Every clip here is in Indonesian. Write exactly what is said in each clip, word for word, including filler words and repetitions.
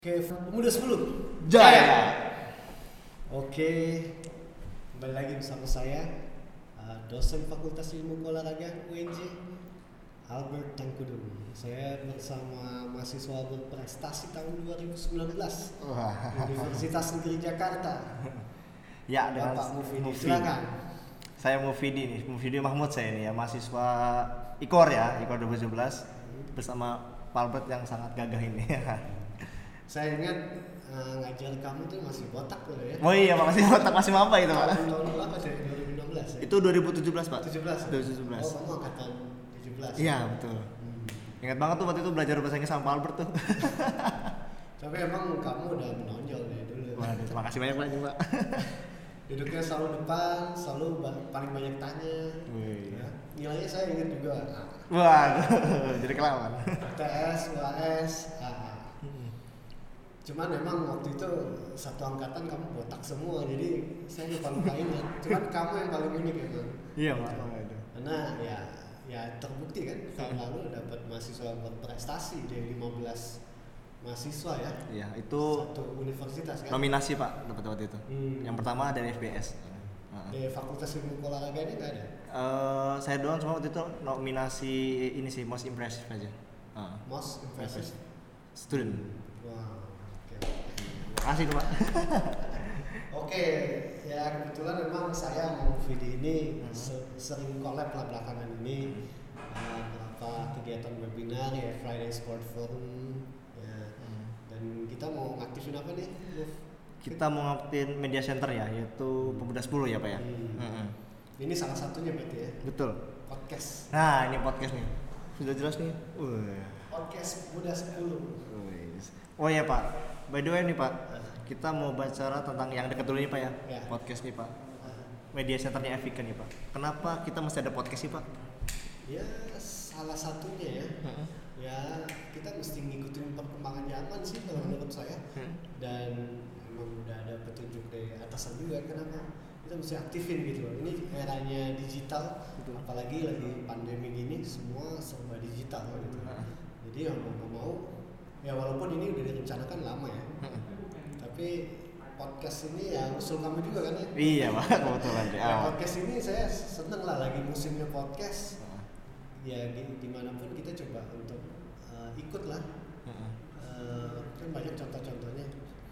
Oke, pemuda sepuluh Jaya. Oke, kembali lagi bersama saya, uh, dosen Fakultas Ilmu Olahraga U N J, Albert Tangkudung. Saya bersama mahasiswa berprestasi tahun dua ribu sembilan belas Wah. Universitas Negeri Jakarta. Ya, dengan Bapak Mufidi, Mufidi. silakan. Saya Mufidi nih, Mufidi Mahmud saya ini ya, mahasiswa I K O R ya, I K O R dua ribu tujuh belas bersama Pak Albert yang sangat gagah ini. Saya ingat uh, ngajar kamu tuh masih botak loh ya. Oh iya, makasih otak masih apa itu, Pak? Tahun berapa sih? dua ribu enam belas ya? Itu dua ribu tujuh belas, Pak. tujuh belas. dua ribu tujuh belas. Oh, kamu angkatan tujuh belas. Iya, betul. Hmm. Ingat banget tuh waktu itu belajar bahasa Inggris sama Pak Albert tuh. Tapi emang kamu udah menonjol ya dulu. Waduh, terima kasih banyak Pak. Duduknya selalu depan, selalu ba- paling banyak tanya. Wih. Ya. Nilainya saya ingat juga. Waduh, jadi kelawan. T S, U A S, A A. Cuman memang waktu itu satu angkatan kamu botak semua, jadi saya lupa lupain ya. Cuman kamu yang paling unik ya bang. Iya, Pak. Karena ya ya terbukti kan tahun lalu dapat mahasiswa berprestasi dari lima belas mahasiswa ya. Iya, itu Satu universitas kan. nominasi Pak dapat waktu itu. Hmm. Yang pertama dari F B S. Heeh. Dari Fakultas Ilmu Olahraga ini nggak ada. Eh, saya doang cuma waktu itu nominasi ini sih most impressive aja. Heeh. Most impressive. Student. Wow. Oke. Makasih tuh Pak. Oke, ya kebetulan memang saya mau video ini Hmm. se- sering collab lah belakangan ini. Uh, beberapa kegiatan webinar ya Friday Sport Forum ya. Hmm. Dan kita mau ngaktifin apa nih? Muf? Kita mau ngaptin media center ya, yaitu Pemuda sepuluh ya Pak ya. Hmm. Mm-mm. Ini salah satunya berarti ya, Betul. podcast. Nah ini podcast nih, sudah jelas nih. Wih. Podcast Muda sepuluh. Wih. Oh ya Pak, by the way nih Pak, kita mau bicara tentang yang dekat dulu nih Pak ya, Ya. podcast nih Pak. Media centernya Evika nih Pak. Kenapa kita mesti ada podcast sih Pak? Ya salah satunya ya. Mm-mm. Ya kita mesti ngikutin perkembangan zaman sih kalau menurut saya. Hmm. Dan emang udah ada petunjuk dari atasan juga kenapa kita mesti aktifin gitu loh. Ini eranya digital, Betul. apalagi lagi pandemi gini semua serba digital gitu. Heeh. Jadi yang mau mau ya walaupun ini udah direncanakan lama ya, Heeh. tapi podcast ini ya usul kamu juga kan ya. Iya Pak, kebetulan deh. Ya, Ah. podcast ini saya seneng lah lagi musimnya podcast. Ya di dimanapun kita coba untuk uh, ikut lah. Heeh. Uh, kan banyak contoh-contohnya.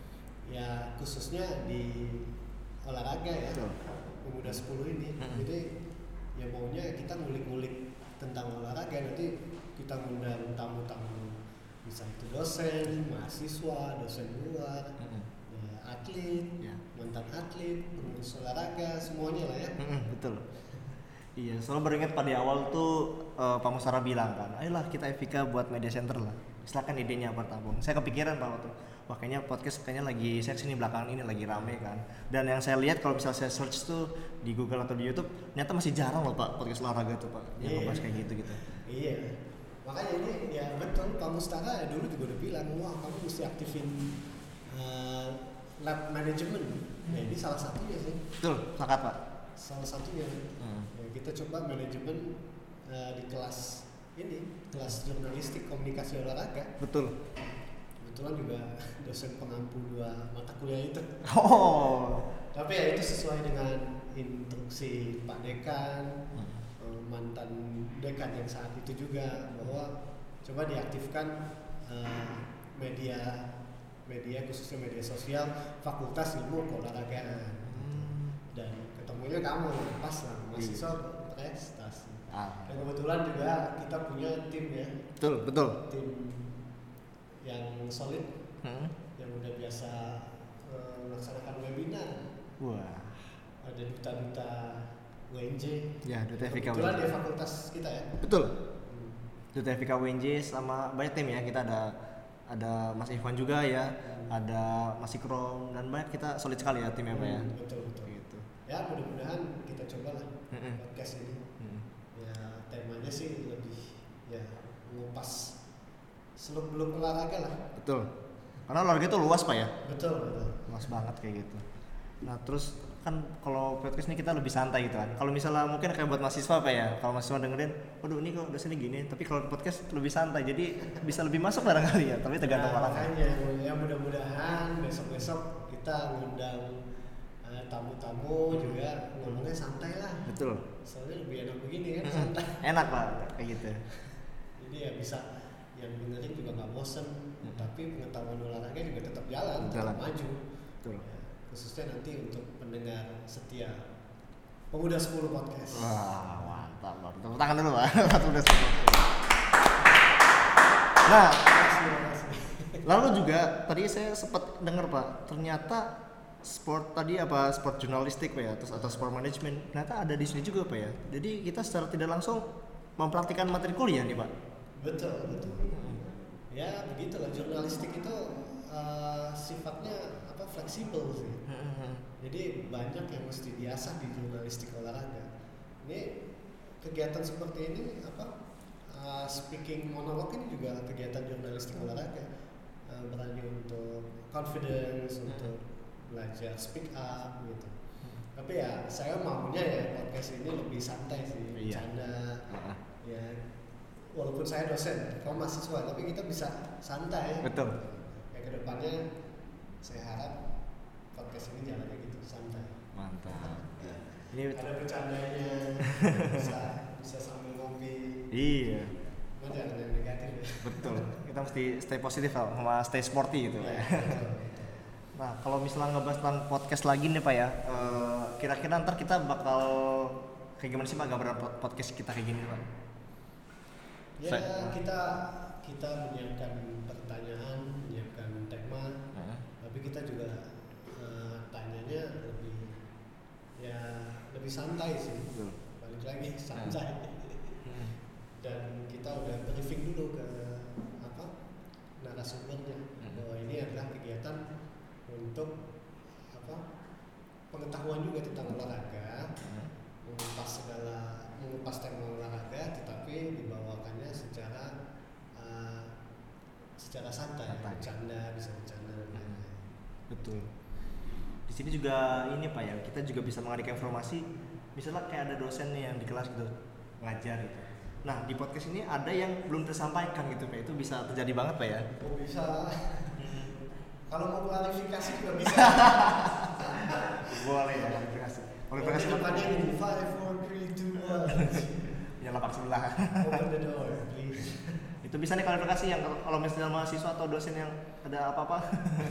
Ya khususnya di olahraga ya, Betul. Pemuda sepuluh ini. Mm-mm. Jadi ya maunya kita ngulik-ngulik tentang olahraga, nanti kita ngundang tamu-tamu, bisa itu dosen, mahasiswa, dosen luar, Heeh. ya, atlet, Ya. mantan atlet, pengurus olahraga, semuanya lah ya. Mm-mm, betul. Iya, soalnya baru ingat pada awal tuh eh, Pak Musara bilang kan, ayolah kita Evika buat media center lah. Silakan idenya apa tabung. Saya kepikiran Pak waktu, wah kayaknya podcast kayaknya lagi seksi nih belakangan ini lagi rame kan. Dan yang saya lihat kalau misalnya saya search tuh di Google atau di YouTube, ternyata masih jarang loh Pak podcast olahraga tuh Pak, yang Iya. ngebahas kayak gitu gitu. Iya, makanya ini ya betul Pak Mustara ya dulu juga udah bilang, wah kamu mesti aktifin uh, lab management. Ya ini salah satunya sih, Betul, sepakat Pak. salah satunya. Hmm. Ya, kita coba manajemen uh, di kelas ini, kelas jurnalistik komunikasi olahraga. Betul. Kebetulan juga dosen pengampu dua mata kuliah itu. Oh. Tapi ya itu sesuai dengan instruksi Pak Dekan. Hmm. eh, mantan dekan yang saat itu juga, bahwa coba diaktifkan eh, media media khususnya media sosial Fakultas Ilmu Keolahragaan. Hmm. Dan ketemunya kamu pas lah mahasiswa prestasi. Ah. Dan kebetulan juga kita punya tim ya, Betul, betul. tim yang solid, Hmm. yang udah biasa eh, melaksanakan webinar. Wah. Ada duta-duta U N J. Ya, duta Evika Kebetulan U N J. di fakultas kita ya. Betul. Hmm. Duta Evika U N J sama banyak tim ya. Kita ada ada Mas Ivan juga ya, ada Mas Ikrom dan banyak kita solid sekali ya timnya Pak ya. Hmm, betul betul. Gitu. Ya mudah-mudahan kita coba lah Mm-mm. podcast ini. Hmm. Ya temanya sih lebih ya mengupas seluk beluk olahraga lah. Betul. Karena olahraga itu luas Pak ya. Betul betul. Luas banget kayak gitu. Nah terus kan kalau podcast ini kita lebih santai gitu kan. Kalau misalnya mungkin kayak buat mahasiswa apa ya, kalau mahasiswa dengerin, waduh ini kok dosennya gini. Tapi kalau podcast lebih santai, jadi bisa lebih masuk barangkali ya. Tapi tergantung nah, orang. Makanya ya mudah-mudahan besok-besok kita ngundang uh, tamu-tamu juga ngomongnya santai lah. Betul. Soalnya lebih enak begini kan, santai. Enak lah kayak gitu. Jadi ya bisa yang dengerin juga nggak bosen, hmm. tapi pengetahuan olahraga juga tetap jalan, jalan. tetap maju. Betul. Ya, khususnya nanti untuk pendengar setia Pemuda sepuluh Podcast. Wah mantap, tepuk tangan dulu Pak. Pemuda sepuluh. Nah, makasih, makasih. Lalu juga tadi saya sempat dengar Pak, ternyata sport tadi apa sport jurnalistik Pak ya, terus atau sport management ternyata ada di sini juga Pak ya. Jadi kita secara tidak langsung mempraktikkan materi kuliah nih Pak. Betul, betul. Ya begitulah, jurnalistik itu uh, sifatnya apa fleksibel sih. Jadi banyak yang mesti diasah di jurnalistik olahraga. Ini kegiatan seperti ini apa uh, speaking monolog ini juga kegiatan jurnalistik olahraga. Uh, berani untuk confidence, untuk belajar speak up gitu. Tapi ya saya maunya ya podcast ini lebih santai sih, bercanda. Ya walaupun saya dosen, kamu mahasiswa, tapi kita bisa santai. Betul. Ya kedepannya saya harap podcast ini jalannya gitu, santai. Mantap. Ya. Ini ada bercandanya, bisa bisa sambil ngopi. Iya. Cuma jangan yang negatif ya. Betul. Kita mesti stay positif sama stay sporty gitu. Ya, nah kalau misalnya ngebahas tentang podcast lagi nih Pak ya, uh, kira-kira ntar kita bakal kayak gimana sih Pak gambaran podcast kita kayak gini Pak? Ya Saya, kita kita menyiapkan pertanyaan, menyiapkan tema, uh-huh. tapi kita juga uh, tanyanya lebih ya lebih santai sih, uh-huh. balik lagi santai. Uh-huh. Dan kita udah briefing dulu ke apa narasumbernya uh-huh. bahwa ini adalah kegiatan untuk apa pengetahuan juga tentang olahraga, uh-huh. mengupas segala mengupas tema olahraga, tetapi dibawakannya secara uh, secara santai, bercanda, bisa bercanda. Hmm. Betul. Di sini juga ini Pak ya, kita juga bisa mengalihkan informasi. Misalnya kayak ada dosen nih yang di kelas gitu ngajar gitu. Nah di podcast ini ada yang belum tersampaikan gitu Pak, itu bisa terjadi banget Pak ya? Oh bisa. Kalau mau klarifikasi juga bisa. Boleh ya klarifikasi. Klarifikasi depannya ini five, four, three, two, one. Ya lapak sebelah. Open the door, please. Itu bisa nih klarifikasi yang kalau misalnya mahasiswa atau dosen yang ada apa-apa.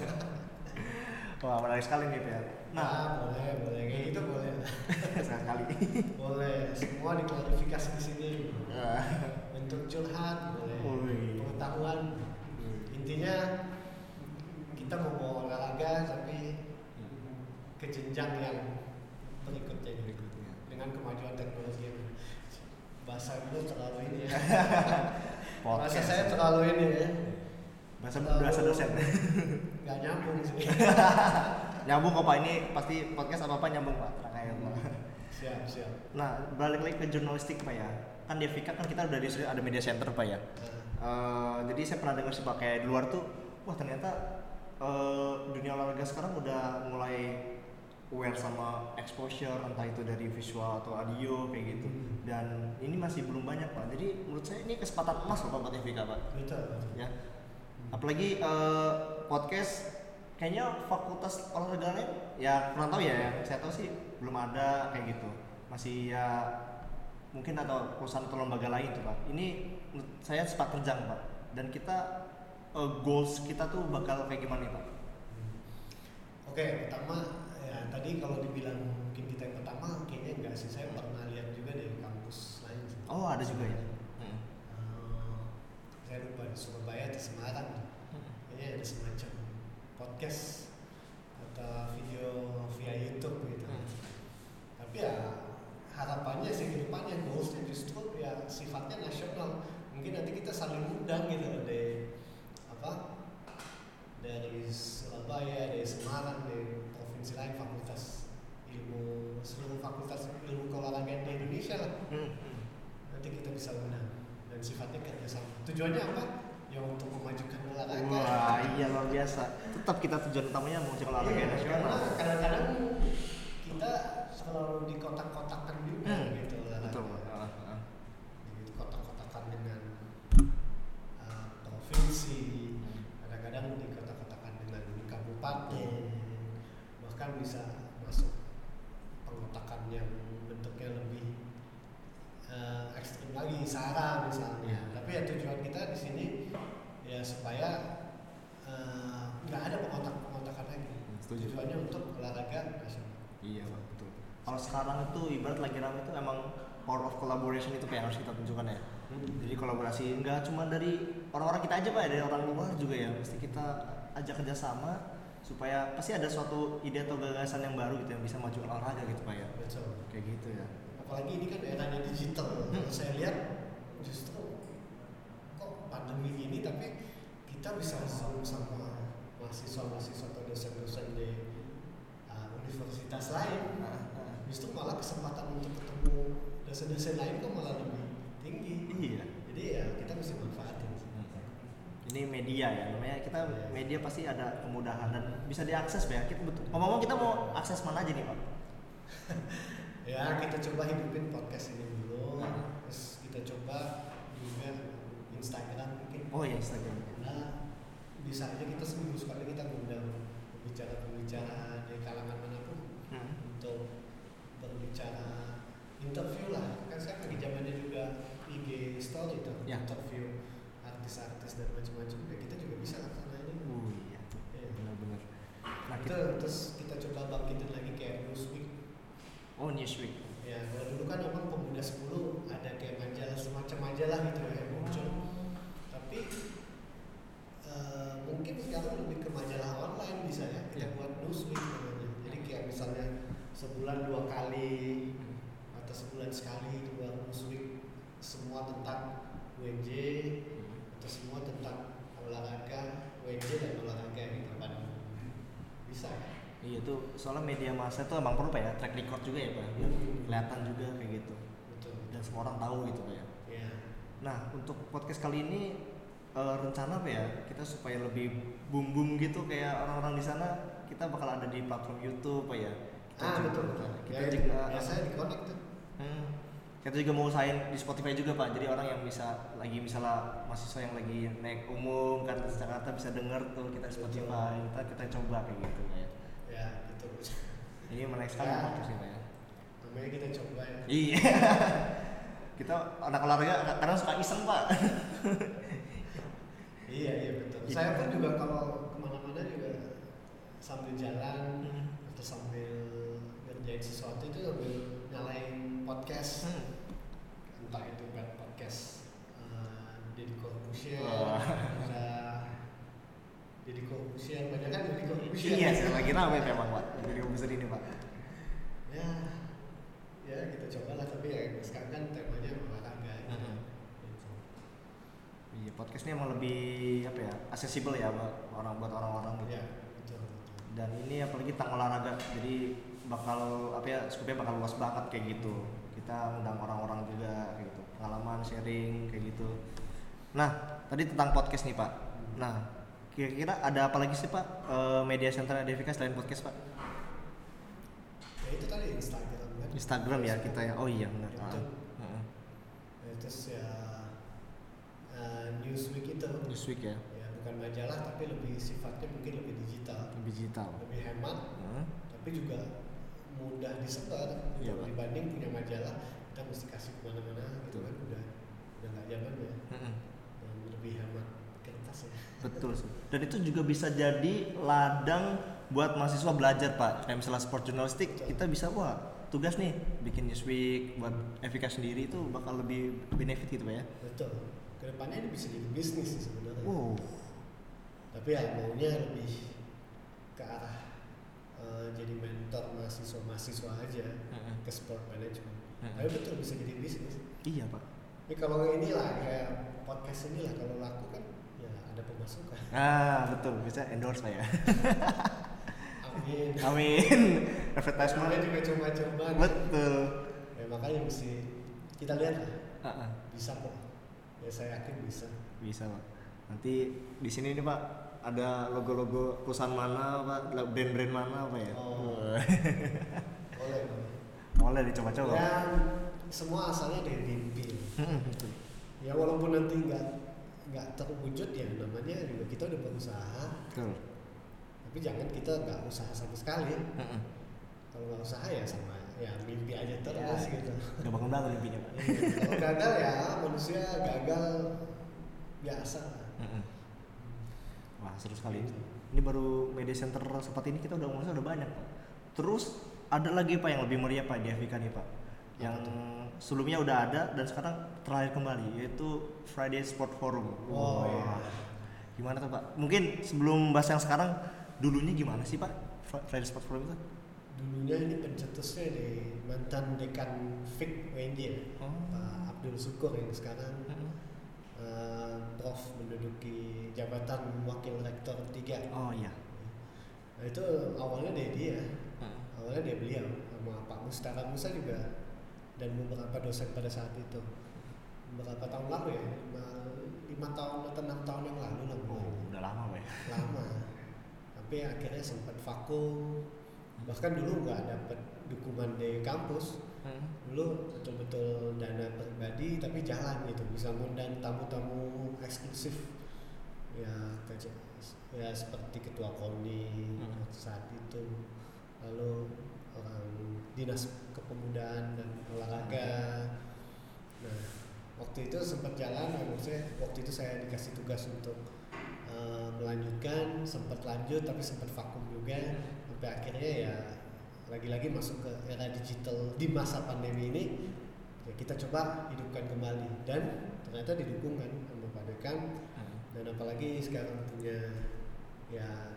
Wah menarik sekali nih Pak. Nah, ah, boleh, boleh kayak gitu boleh. Sekali. Boleh, semua diklarifikasi di sini. Bentuk curhat boleh. Ui. Pengetahuan. Intinya kita mau bawa olahraga tapi ke jenjang yang berikutnya berikutnya dengan kemajuan teknologi yang bahasa dulu terlalu ini ya. Bahasa saya terlalu ini ya. Bahasa bahasa dosen. Gak nyambung sih. Nyambung kok Pak, ini pasti podcast apa apa nyambung Pak. Terangnya Pak. Siap siap. Nah balik lagi ke jurnalistik Pak ya. Kan di Vika kan kita udah di ada media center Pak ya. Uh, jadi saya pernah dengar sih Pak kayak di luar tuh, wah ternyata uh, dunia olahraga sekarang udah mulai aware sama exposure entah itu dari visual atau audio kayak gitu. Hmm. Dan ini masih belum banyak Pak. Jadi menurut saya ini kesempatan emas loh Pak buat Vika Pak. Betul. Ya. Apalagi uh, podcast kayaknya fakultas olahraga lain ya kurang tahu ya, ya saya tahu sih belum ada kayak gitu, masih ya mungkin atau perusahaan atau lembaga lain tuh Pak. Ini saya sempat terjang Pak, dan kita uh, goals kita tuh bakal kayak gimana nih Pak? Oke, pertama ya tadi kalau dibilang mungkin kita yang pertama kayaknya enggak sih, saya pernah lihat juga dari kampus lain sih. Oh ada juga ya? Hmm. Uh, saya lupa di Surabaya di Semarang, hmm. kayaknya ada semacam podcast atau video via YouTube gitu. Hmm. Tapi ya harapannya sih ke depannya goalsnya justru ya sifatnya nasional. Mungkin nanti kita saling undang gitu dari apa? Dari Surabaya, dari Semarang, dari provinsi lain, fakultas ilmu seluruh fakultas ilmu keolahragaan di Indonesia lah. Hmm. Nanti kita bisa undang dan sifatnya kerjasama. Tujuannya apa? ya untuk memajukan olahraga. Wah iya luar biasa. Tetap kita tujuan utamanya memajukan olahraga Iya, nasional. karena kadang-kadang kita selalu di kotak-kotakan juga Hmm, gitu olahraga. betul Pak. Ah, ah. Gitu, kotak-kotakan dengan uh, provinsi, kadang-kadang di kotak-kotakan dengan kabupaten, bahkan bisa masuk pengotakan yang bentuknya lebih uh, ekstrim lagi, SARA misalnya. Iya. Tapi ya tujuan kita di sini ya supaya uh, nggak ada pengotak-pengotakan lagi. Setuju. Tujuannya untuk olahraga nasional. Iya Pak, betul. Kalau sekarang itu ibarat lagi ramai itu emang power of collaboration itu Pak yang harus kita tunjukkan ya. Jadi kolaborasi enggak cuma dari orang-orang kita aja Pak, ya, dari orang luar juga ya. Mesti kita ajak kerjasama supaya pasti ada suatu ide atau gagasan yang baru gitu yang bisa maju olahraga gitu Pak ya. Betul. Kayak gitu ya. Apalagi ini kan eranya digital. Hmm. Saya lihat justru kok pandemi ini tapi kita bisa zoom sama mahasiswa-mahasiswa atau dosen-dosen di uh, universitas lain. Nah, nah. Justru malah kesempatan untuk ketemu dosen-dosen lain kok malah lebih tinggi. Iya. Jadi ya kita mesti manfaatin. Ini media ya, namanya kita Iya. media pasti ada kemudahan dan bisa diakses ya. Kita betul. Ngomong-ngomong kita mau akses mana aja nih Pak? Ya kita coba hidupin podcast ini dulu. Hmm. Terus kita coba juga Instagram mungkin. Oh ya Instagram. Nah, bisa aja kita seminggu sekali kita ngundang pembicara-pembicara dari kalangan manapun Hmm. untuk berbicara interview lah. Kan sekarang lagi zamannya juga I G story tuh, Ya. interview artis-artis dan macam-macam. Ya kita juga bisa lah sana ini. Oh iya, Ya. benar-benar. Nah, Itu kita, terus kita coba bangkitin lagi kayak Newsweek. oh Newsweek. Ya kalau dulu kan emang Pemuda sepuluh ada kayak majalah semacam majalah gitu ya yang muncul. Tapi eh, mungkin sekarang lebih ke majalah online bisa ya kita Ya. buat Newsweek namanya. Jadi kayak misalnya sebulan dua kali atau sebulan sekali dua Newsweek semua tentang W N J atau semua tentang olahraga W N J dan olahraga gitu pada umumnya. Bisa ya? Iya tuh, soalnya media massa tuh emang perlu Pak ya, track record juga ya Pak. Hmm. Kelihatan juga kayak gitu. Betul. Dan semua orang tahu gitu Pak ya. Ya. Nah, untuk podcast kali ini eh, rencana apa ya? Kita supaya lebih boom boom gitu kayak orang-orang di sana, kita bakal ada di platform YouTube Pak ya. Kita Ah juga, betul betul. Kita Ya, juga biasanya di connect tuh. Hmm. Kita juga mau usahain di Spotify juga Pak. Jadi orang yang bisa lagi misalnya mahasiswa yang lagi naik umum kan ke Jakarta bisa denger tuh kita di Spotify. Kita kita coba kayak gitu Pak ya. Ya gitu. Ini menarik sekali Ya. podcast ini Pak ya. Namanya kita coba ya. Iya. Kita anak olahraga kadang suka iseng Pak. Iya iya betul. Iya. Saya pun juga kalau kemana-mana juga sambil jalan Hmm. atau sambil ngerjain sesuatu itu sambil nyalain podcast. Hmm. Entah itu kan podcast uh, Deddy Corbuzier, Wah. ada Deddy Corbuzier, banyak kan Deddy Corbuzier. Iya, saya lagi rame memang Pak. Jadi besar ini Pak. Ya, ya kita coba lah tapi ya sekarang kan temanya olahraga. Hmm. Gitu. Iya, podcast ini emang lebih apa ya? Aksesibel ya Pak, orang buat orang-orang gitu. Ya betul betul. Dan ini apalagi tentang olahraga. Jadi bakal apa ya? Skupnya bakal luas banget kayak gitu. Kita undang orang-orang juga kayak gitu. Pengalaman sharing kayak gitu. Nah, tadi tentang podcast nih Pak. Nah, kira-kira ada apa lagi sih Pak eh, media center Adevika selain podcast Pak? Ya itu tadi Instagram kan. Instagram ya kita ya. Oh iya benar. YouTube. Ah. Heeh. Ya, terus ya uh, Newsweek itu Newsweek ya. ya bukan majalah tapi lebih sifatnya mungkin lebih digital, Lebih digital. lebih hemat, Heeh. tapi juga mudah disebar. Iya, Kalau Pak. dibanding punya majalah kita mesti kasih kemana-mana gitu Betul. kan udah udah nggak zaman ya. Heeh. Dan lebih hemat kertas ya. Betul sih. Dan itu juga bisa jadi ladang buat mahasiswa belajar Pak. Kayak misalnya sport jurnalistik, Betul. kita bisa wah tugas nih bikin Newsweek buat Evika sendiri itu bakal lebih benefit gitu Pak ya. Betul. Kedepannya ini bisa jadi bisnis sih sebenarnya. Wow. Tapi ya maunya lebih ke arah uh, jadi mentor mahasiswa-mahasiswa aja Heeh. ke sport management. Heeh. Tapi betul bisa jadi bisnis. Iya Pak. Ini kalau inilah kayak podcast inilah kalau laku kan ya ada pemasukan. Ah betul bisa endorse Pak ya. Amin. Amin. Advertisement. Namanya juga coba-coba. Betul. Ya makanya mesti kita lihat lah. Ah, ah. Bisa kok. Ya saya yakin bisa. Bisa Pak. Nanti di sini nih Pak ada logo-logo perusahaan mana Pak, brand-brand mana apa ya? Oh. Boleh. Boleh dicoba-coba. Yang semua asalnya dari mimpi. Ya walaupun nanti nggak nggak terwujud ya namanya juga kita udah berusaha. Betul. Tapi jangan kita nggak usaha sama sekali. Kalau nggak usaha ya sama ya mimpi aja terus ya, gitu. Gak bakal bangun mimpinya Pak. Kalau gagal ya manusia gagal biasa. Wah seru sekali. Ini baru media center seperti ini kita udah ngomongnya udah banyak Pak. Terus ada lagi Pak yang lebih meriah Pak di F I K nih Pak. Yang sebelumnya udah ada dan sekarang terakhir kembali yaitu Friday Sport Forum. Oh wow. iya. Gimana tuh Pak? Mungkin sebelum bahas yang sekarang dulunya gimana sih Pak Friday Sport Forum itu? Dulunya ini pencetusnya di mantan dekan F I K U N J ya, oh. Pak Abdul Syukur yang sekarang mm-hmm. uh, Prof menduduki jabatan wakil rektor tiga. Oh iya. Nah itu awalnya dari dia, hmm. awalnya dari beliau sama Pak Mustara Musa juga dan beberapa dosen pada saat itu. Beberapa tahun lalu ya, lima, lima tahun atau enam tahun yang lalu lah. Oh, udah lama Pak ya? Lama. Tapi akhirnya sempat vakum. Bahkan dulu nggak dapat dukungan dari kampus. Hmm. Dulu betul-betul dana pribadi tapi jalan gitu, bisa ngundang tamu-tamu eksklusif. Ya, ya seperti ketua KONI hmm. saat itu, lalu orang dinas kepemudaan dan olahraga. Nah, waktu itu sempat jalan, maksudnya waktu itu saya dikasih tugas untuk uh, melanjutkan, sempat lanjut tapi sempat vakum juga, sampai akhirnya ya lagi-lagi masuk ke era digital di masa pandemi ini. Ya kita coba hidupkan kembali dan ternyata didukung kan sama Pak Dekan. Dan apalagi sekarang punya ya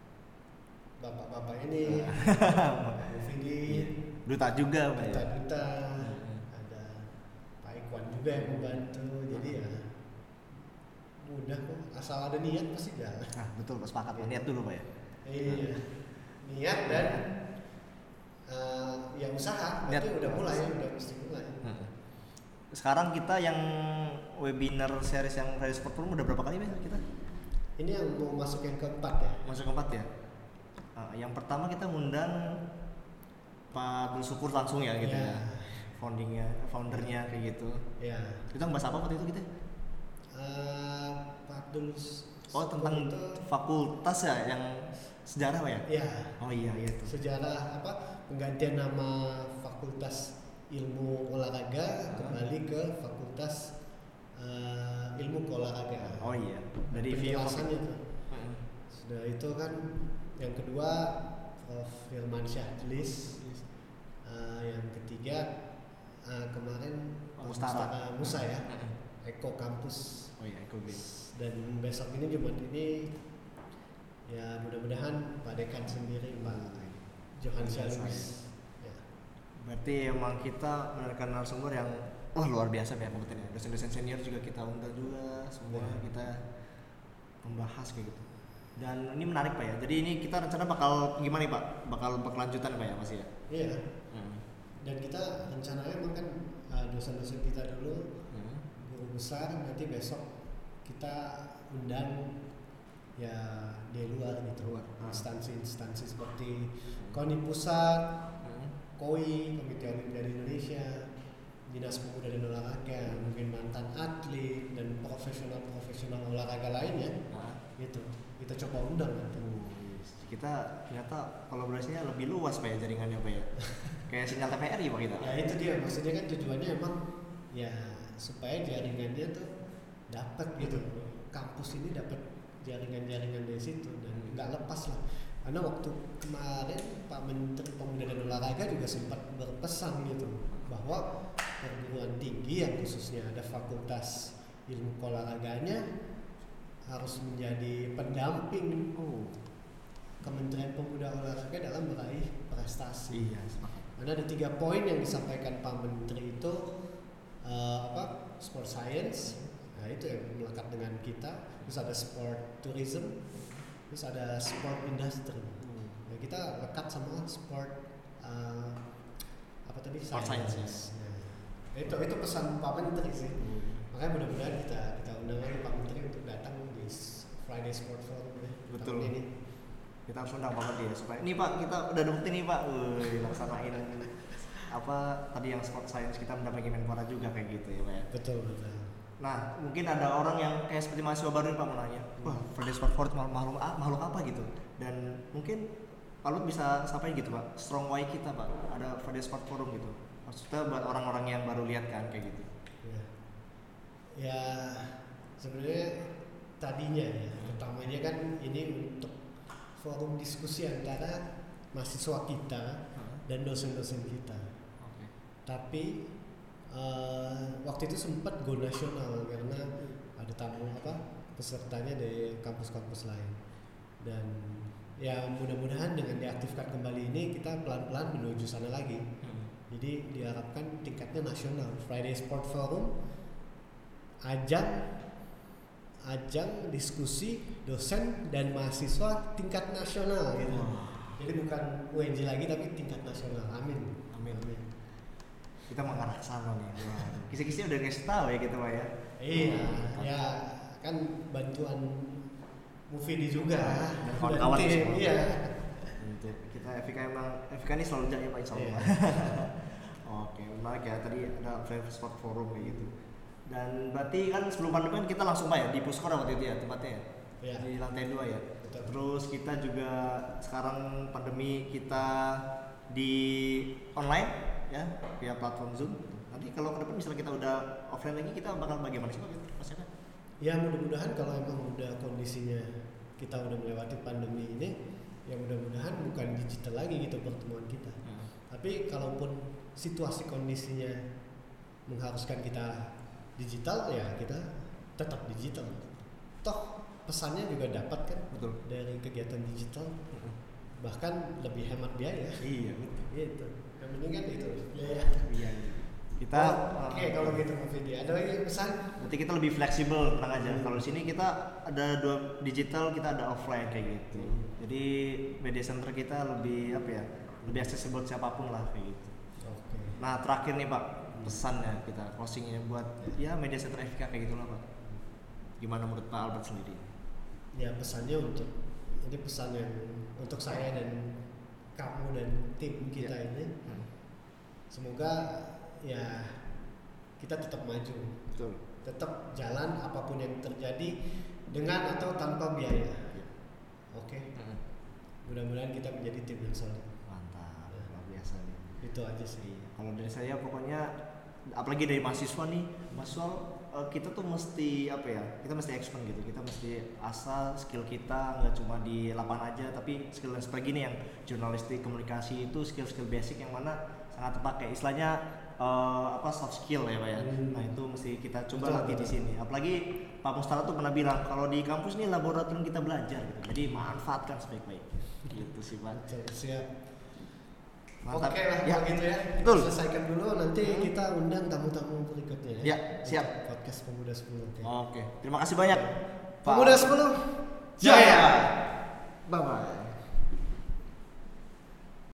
bapak-bapak ini, Mufidi, duta juga, duta-duta, hmm. ada Pak Ikhwan juga yang membantu, jadi ya mudah kok, asal ada niat pasti jalan. Ah betul, sepakat ya. Niat dulu Pak ya. Iya, niat dan uh, ya usaha, berarti udah mulai, udah mesti mulai. Hmm. Sekarang kita yang webinar series yang Friday Sport Forum udah berapa kali Pak kita? Ini yang mau masuk yang keempat ya? Masuk keempat ya? Nah, yang pertama kita ngundang Pak Abdul Syukur langsung ya gitu yeah. ya foundingnya, foundernya kayak gitu ya yeah. Kita ngebahas apa waktu itu kita? Uh, Pak Abdul Oh tentang itu, fakultas ya yang sejarah Pak ya? Iya yeah. Oh iya itu sejarah apa penggantian nama Fakultas Ilmu Olahraga uh. kembali ke Fakultas uh, Ilmu Keolahragaan. Oh iya dari penjelasannya tuh uh-huh. Sudah itu kan. Yang kedua Prof Firman Syahlis, uh, yang ketiga uh, kemarin Mustara Musa ya, Eko Kampus. Oh iya Eko Games. Dan besok ini Jumat ini ya mudah-mudahan Pak Dekan sendiri Pak Johan Syalus. Ya. Berarti emang kita menarik narasumber yang wah luar biasa ya kompetennya. Dosen-dosen senior juga kita undang juga, semua ya. Kita membahas kayak gitu. Dan ini menarik Pak ya. Jadi ini kita rencana bakal gimana nih Pak? Bakal berkelanjutan Pak ya pasti ya? Iya. Hmm. Dan kita rencananya emang kan uh, dosen-dosen kita dulu hmm. guru besar, nanti besok kita undang ya di luar gitu, luar. Instansi-instansi seperti KONI Pusat, hmm. K O I, Komite Olimpiade Indonesia, Dinas Pemuda dan Olahraga, mungkin mantan atlet dan profesional-profesional olahraga lainnya, hmm. gitu. Kita coba undang nanti. Kita ternyata kolaborasinya lebih luas Pak ya jaringannya Pak ya. Kayak sinyal T V R I Pak kita. Ya itu dia maksudnya kan tujuannya emang ya supaya jaringannya tuh dapat gitu. Kampus ini dapat jaringan-jaringan dari situ dan nggak lepas lah. Karena waktu kemarin Pak Menteri Pemuda dan Olahraga juga sempat berpesan gitu bahwa perguruan tinggi yang khususnya ada fakultas ilmu keolahraganya harus menjadi pendamping oh. Kementerian Pemuda Olahraga dalam meraih prestasi. Iya, sepakat. Karena ada tiga poin yang disampaikan Pak Menteri itu uh, apa? Sport science, nah itu yang melekat dengan kita. Terus ada sport tourism, terus ada sport industry. Hmm. Nah, kita lekat sama sport uh, apa tadi? Sport science. science. Nah, itu itu pesan Pak Menteri sih. Hmm. Makanya mudah-mudahan kita kita undang lagi Pak Menteri untuk datang di Friday Sport Forum ya. Betul. Tahun ini. Kita harus undang banget dia supaya ini Pak kita udah ada bukti nih Pak, wih laksanain apa tadi yang sport science kita mendampingi Menpora juga kayak gitu ya Pak ya. Betul betul. Nah mungkin ada orang yang kayak seperti mahasiswa baru nih Pak mau nanya, wah Friday Sport Forum makhluk makhluk apa gitu, dan mungkin Pak Lut bisa sampaikan gitu Pak, strong why kita Pak ada Friday Sport Forum gitu, maksudnya buat orang-orang yang baru lihat kan kayak gitu. Ya, ya sebenarnya tadinya ya pertamanya kan ini untuk forum diskusi antara mahasiswa kita dan dosen-dosen kita. Okay. Tapi uh, waktu itu sempat go nasional karena ada tamu apa pesertanya dari kampus-kampus lain, dan ya mudah-mudahan dengan diaktifkan kembali ini kita pelan-pelan menuju sana lagi. Hmm. Jadi diharapkan tingkatnya nasional. Friday Sport Forum ajang ajang diskusi dosen dan mahasiswa tingkat nasional gitu. Wow. Jadi bukan U N J lagi tapi tingkat nasional. Amin. Amin. Amin. Kita mengarah ke sana nih. Wow. Kisi-kisi udah kasih tahu ya gitu Pak ya. Iya, ya kan bantuan Mufidi juga dan kawan-kawan semua. Iya. Kita F K emang F K ini selalu jaya Pak insyaallah. Iya. Oke, menarik ya tadi ada Friday Sport Forum kayak gitu. Dan berarti kan sebelum pandemi kan kita langsung Pak ya di Puskor waktu itu ya tempatnya ya, ya. Di lantai dua ya. Betul. Terus kita juga sekarang pandemi kita di online ya via platform Zoom. Nanti kalau ke depan misalnya kita udah offline lagi kita bakal bagaimana sih Pak gitu maksudnya? Ya mudah-mudahan kalau emang udah kondisinya kita udah melewati pandemi ini, ya mudah-mudahan bukan digital lagi gitu pertemuan kita. Hmm. Tapi kalaupun situasi kondisinya mengharuskan kita digital ya kita tetap digital. Toh pesannya juga dapat kan. Betul. Dari kegiatan digital. Uh-huh. Bahkan lebih hemat biaya. Iya betul. Gitu. Yang penting kan itu biaya. Iya. Kita oh, oke okay, kalau gitu Mas Vidi. Ada lagi pesan? Berarti kita lebih fleksibel tenang aja. Hmm. Kalau di sini kita ada dua digital, kita ada offline kayak gitu. Jadi media center kita lebih apa ya? Lebih aksesibel siapapun lah kayak gitu. Oke. Okay. Nah, terakhir nih Pak, pesannya kita closingnya buat ya media center F K kayak gitulah Pak. Gimana menurut Pak Albert sendiri? Ya pesannya untuk ini pesan yang untuk saya dan kamu dan tim kita ya. Ini hmm. Semoga ya kita tetap maju. Betul. Tetap jalan apapun yang terjadi dengan atau tanpa biaya. Ya. Oke. Okay. Hmm. Mudah-mudahan kita menjadi tim yang solid. Mantap, ya. Luar biasa nih. Itu aja sih. Kalau dari saya pokoknya apalagi dari mahasiswa nih, mahasiswa uh, kita tuh mesti apa ya? Kita mesti expand gitu. Kita mesti asal skill kita nggak cuma di lapangan aja, tapi skill yang seperti gini yang jurnalistik, komunikasi itu skill-skill basic yang mana sangat terpakai. Istilahnya uh, apa soft skill ya Pak ya. Hmm. Nah itu mesti kita coba latih di sini. Apalagi Pak Mustara tuh pernah bilang kalau di kampus nih laboratorium kita belajar gitu. Jadi manfaatkan sebaik-baiknya. Gitu sih Pak. Siap. Mantap. Oke lah ya. gitu ya. Kita Betul. Selesaikan dulu nanti hmm. kita undang tamu-tamu berikutnya ya. Ya, siap. Podcast Pemuda sepuluh. Oke. Terima kasih banyak. Pemuda sepuluh. Jaya. Bye bye.